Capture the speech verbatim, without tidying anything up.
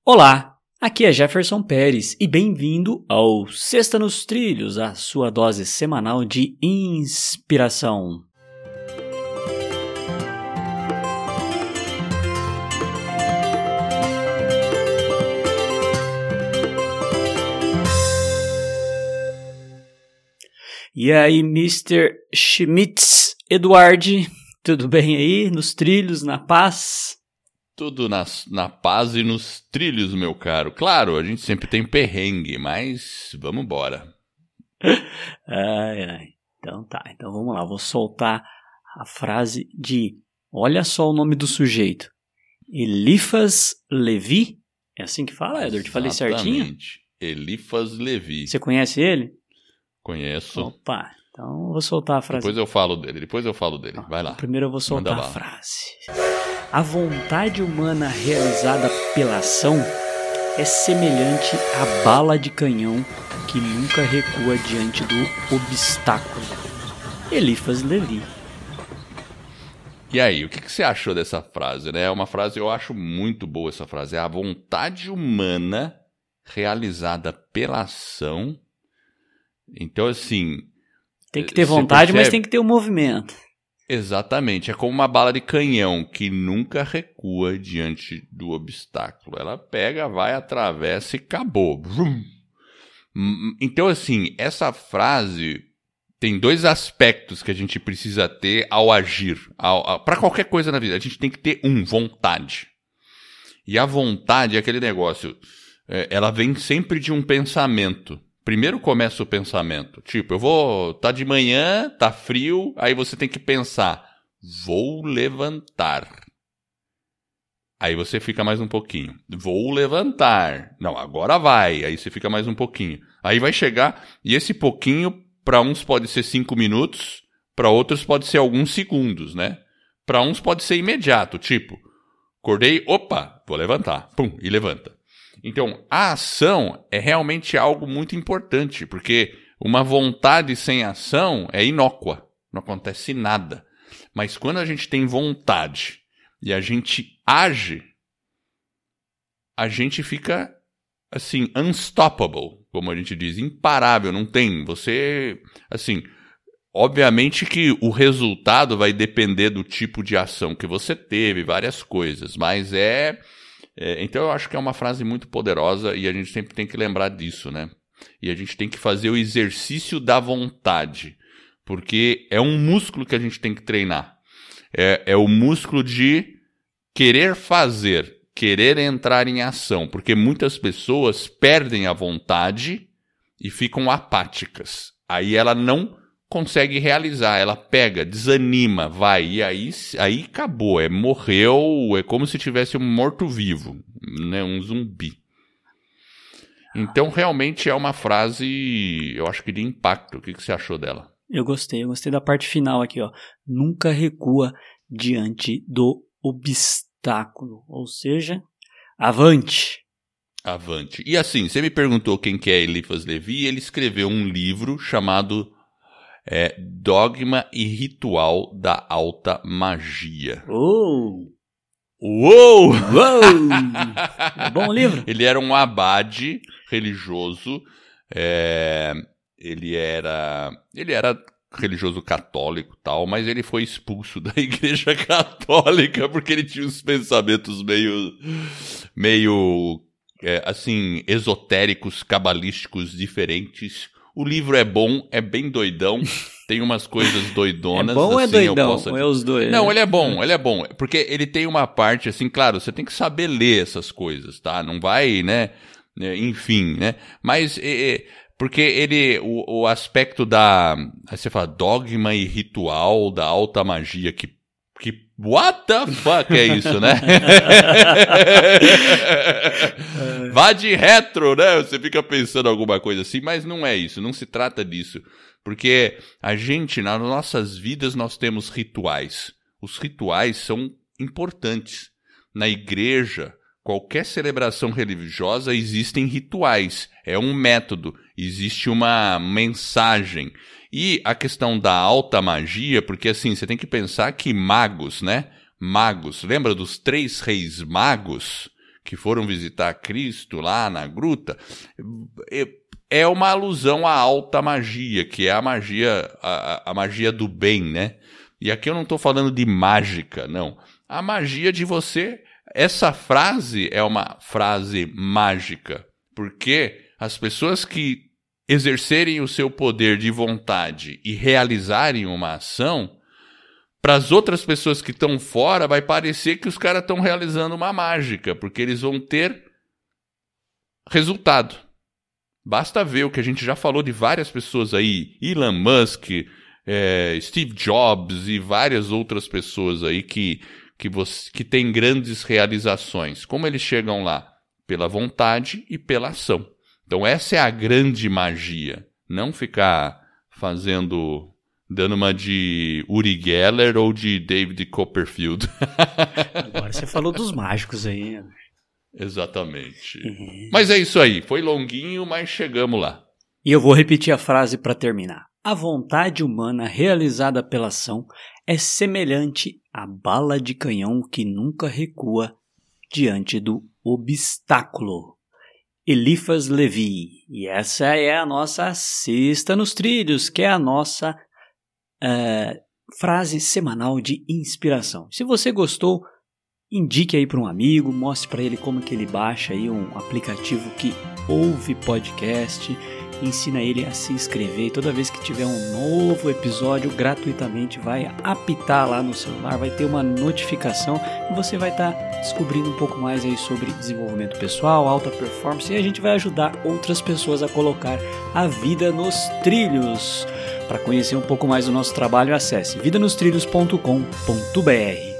Olá, aqui é Jefferson Pérez e bem-vindo ao Sexta nos Trilhos, a sua dose semanal de inspiração. E aí, mister Schmitz Eduardi, tudo bem aí? Nos trilhos, na paz? Tudo na, na paz e nos trilhos, meu caro. Claro, a gente sempre tem perrengue, mas vamos embora. Ai, ai. Então tá, então vamos lá. Vou soltar a frase de... Olha só o nome do sujeito. Eliphas Levi? É assim que fala, Edward? Falei certinho? Exatamente. Eliphas Levi. Você conhece ele? Conheço. Opa, então eu vou soltar a frase. Depois eu falo dele, depois eu falo dele. Vai lá. Primeiro eu vou soltar Manda a lá. frase. A vontade humana realizada pela ação é semelhante à bala de canhão que nunca recua diante do obstáculo. Eliphas Levi. E aí, o que, que você achou dessa frase, né? É uma frase, eu acho muito boa essa frase. É a vontade humana realizada pela ação. Então, assim... Tem que ter vontade, percebe... mas tem que ter o um movimento. Exatamente. É como uma bala de canhão que nunca recua diante do obstáculo. Ela pega, vai, atravessa e acabou. Então, assim, essa frase tem dois aspectos que a gente precisa ter ao agir. Para qualquer coisa na vida, a gente tem que ter, um, vontade. E a vontade é aquele negócio, ela vem sempre de um pensamento. Primeiro começa o pensamento, tipo, eu vou, tá de manhã, tá frio, aí você tem que pensar, vou levantar. Aí você fica mais um pouquinho, vou levantar. Não, agora vai, aí você fica mais um pouquinho. Aí vai chegar, e esse pouquinho, para uns pode ser cinco minutos, para outros pode ser alguns segundos, né? Para uns pode ser imediato, tipo, acordei, opa, vou levantar, pum, e levanta. Então, a ação é realmente algo muito importante, porque uma vontade sem ação é inócua, não acontece nada. Mas quando a gente tem vontade e a gente age, a gente fica, assim, unstoppable, como a gente diz, imparável, não tem. Você, assim, obviamente que o resultado vai depender do tipo de ação que você teve, várias coisas, mas é... É, então eu acho que é uma frase muito poderosa e a gente sempre tem que lembrar disso, né? E a gente tem que fazer o exercício da vontade, porque é um músculo que a gente tem que treinar. É, é o músculo de querer fazer, querer entrar em ação, porque muitas pessoas perdem a vontade e ficam apáticas. Aí ela não consegue realizar, ela pega, desanima, vai, e aí, aí acabou, é, morreu, é como se tivesse um morto-vivo, né, um zumbi. Então, realmente é uma frase, eu acho que de impacto. O que, que você achou dela? Eu gostei, eu gostei da parte final aqui, ó. Nunca recua diante do obstáculo, ou seja, avante. Avante. E assim, você me perguntou quem que é Eliphas Levi, ele escreveu um livro chamado... É Dogma e Ritual da Alta Magia. Oh! Uou! Uou! É bom o livro? Ele era um abade religioso. É, ele era, ele era religioso católico e tal, mas ele foi expulso da igreja católica porque ele tinha uns pensamentos meio, meio é, assim, esotéricos, cabalísticos diferentes. O livro é bom, é bem doidão, tem umas coisas doidonas. É bom ou é assim, doidão? Eu posso... Ou é os dois? Não, ele é bom, ele é bom. Porque ele tem uma parte, assim, claro, você tem que saber ler essas coisas, tá? Não vai, né? Enfim, né? Mas, é, porque ele, o, o aspecto da, aí você fala, dogma e ritual da alta magia, que, que what the fuck é isso, né? Vá de retro, né? Você fica pensando alguma coisa assim, mas não é isso, não se trata disso. Porque a gente, nas nossas vidas, nós temos rituais. Os rituais são importantes. Na igreja, qualquer celebração religiosa, existem rituais. É um método, existe uma mensagem. E a questão da alta magia, porque assim, você tem que pensar que magos, né? Magos, lembra dos três reis magos? que foram visitar Cristo lá na gruta, é uma alusão à alta magia, que é a magia, a, a magia do bem, né? E aqui eu não estou falando de mágica, não. A magia de você... Essa frase é uma frase mágica, porque as pessoas que exercerem o seu poder de vontade e realizarem uma ação, para as outras pessoas que estão fora, vai parecer que os caras estão realizando uma mágica, porque eles vão ter resultado. Basta ver o que a gente já falou de várias pessoas aí, Elon Musk, é, Steve Jobs e várias outras pessoas aí que, que, você, que têm grandes realizações. Como eles chegam lá? Pela vontade e pela ação. Então essa é a grande magia. Não ficar fazendo, dando uma de Uri Geller ou de David Copperfield. Agora você falou dos mágicos aí. Exatamente. Uhum. Mas é isso aí. Foi longuinho, mas chegamos lá. E eu vou repetir a frase para terminar. A vontade humana realizada pela ação é semelhante à bala de canhão que nunca recua diante do obstáculo. Eliphas Levi. E essa é a nossa Sexta nos Trilhos, que é a nossa uh, frase semanal de inspiração. Se você gostou, indique aí para um amigo, mostre para ele como que ele baixa aí um aplicativo que ouve podcast, ensina ele a se inscrever e toda vez que tiver um novo episódio gratuitamente vai apitar lá no celular, vai ter uma notificação e você vai estar tá descobrindo um pouco mais aí sobre desenvolvimento pessoal, alta performance e a gente vai ajudar outras pessoas a colocar a vida nos trilhos. Para conhecer um pouco mais do nosso trabalho, acesse vida nos trilhos ponto com ponto b r.